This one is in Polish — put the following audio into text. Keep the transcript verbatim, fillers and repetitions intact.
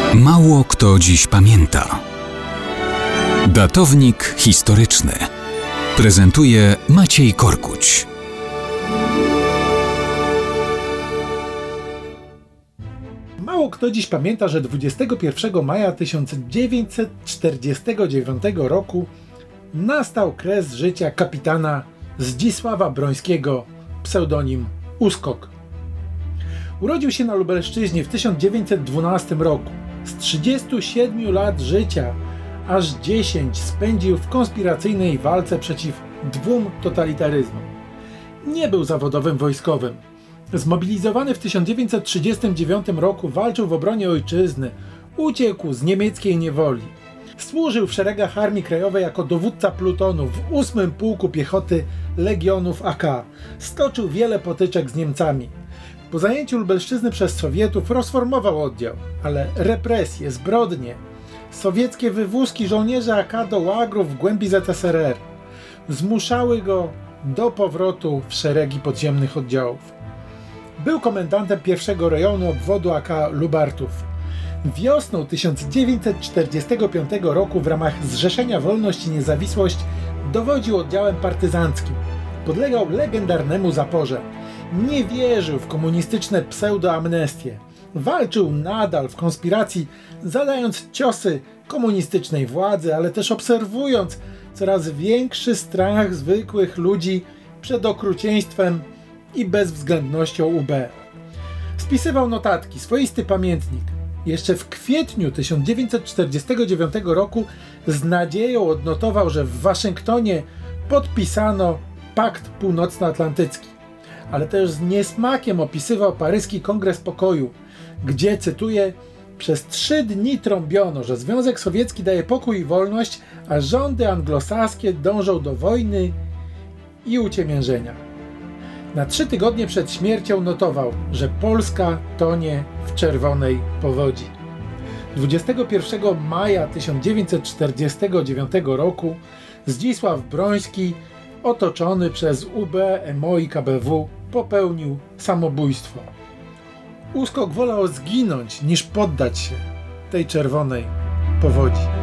Mało kto dziś pamięta. Datownik historyczny prezentuje Maciej Korkuć. Mało kto dziś pamięta, że dwudziestego pierwszego maja tysiąc dziewięćset czterdziestego dziewiątego roku nastał kres życia kapitana Zdzisława Brońskiego, pseudonim Uskok. Urodził się na Lubelszczyźnie w tysiąc dziewięćset dwunastym roku. Z trzydziestu siedmiu lat życia aż dziesięć spędził w konspiracyjnej walce przeciw dwóm totalitaryzmom. Nie był zawodowym wojskowym. Zmobilizowany w tysiąc dziewięćset trzydziestym dziewiątym roku walczył w obronie ojczyzny, uciekł z niemieckiej niewoli. Służył w szeregach Armii Krajowej jako dowódca plutonu w ósmym Pułku Piechoty Legionów A K. Stoczył wiele potyczek z Niemcami. Po zajęciu Lubelszczyzny przez Sowietów rozformował oddział, ale represje, zbrodnie, sowieckie wywózki żołnierzy A K do łagrów w głębi Z S R R zmuszały go do powrotu w szeregi podziemnych oddziałów. Był komendantem pierwszego rejonu obwodu A K Lubartów. Wiosną tysiąc dziewięćset czterdziestego piątego roku w ramach Zrzeszenia Wolność i Niezawisłość dowodził oddziałem partyzanckim. Podlegał legendarnemu Zaporze. Nie wierzył w komunistyczne pseudoamnestie. Walczył nadal w konspiracji, zadając ciosy komunistycznej władzy, ale też obserwując coraz większy strach zwykłych ludzi przed okrucieństwem i bezwzględnością U B. Spisywał notatki, swoisty pamiętnik. Jeszcze w kwietniu tysiąc dziewięćset czterdziestego dziewiątego roku z nadzieją odnotował, że w Waszyngtonie podpisano Pakt Północnoatlantycki. Ale też z niesmakiem opisywał paryski Kongres Pokoju, gdzie, cytuję, przez trzy dni trąbiono, że Związek Sowiecki daje pokój i wolność, a rządy anglosaskie dążą do wojny i uciemiężenia. Na trzy tygodnie przed śmiercią notował, że Polska tonie w czerwonej powodzi. dwudziestego pierwszego maja tysiąc dziewięćset czterdziestego dziewiątego roku Zdzisław Broński, otoczony przez U B, M O i K B W, popełnił samobójstwo. Uskok wolał zginąć, niż poddać się tej czerwonej powodzi.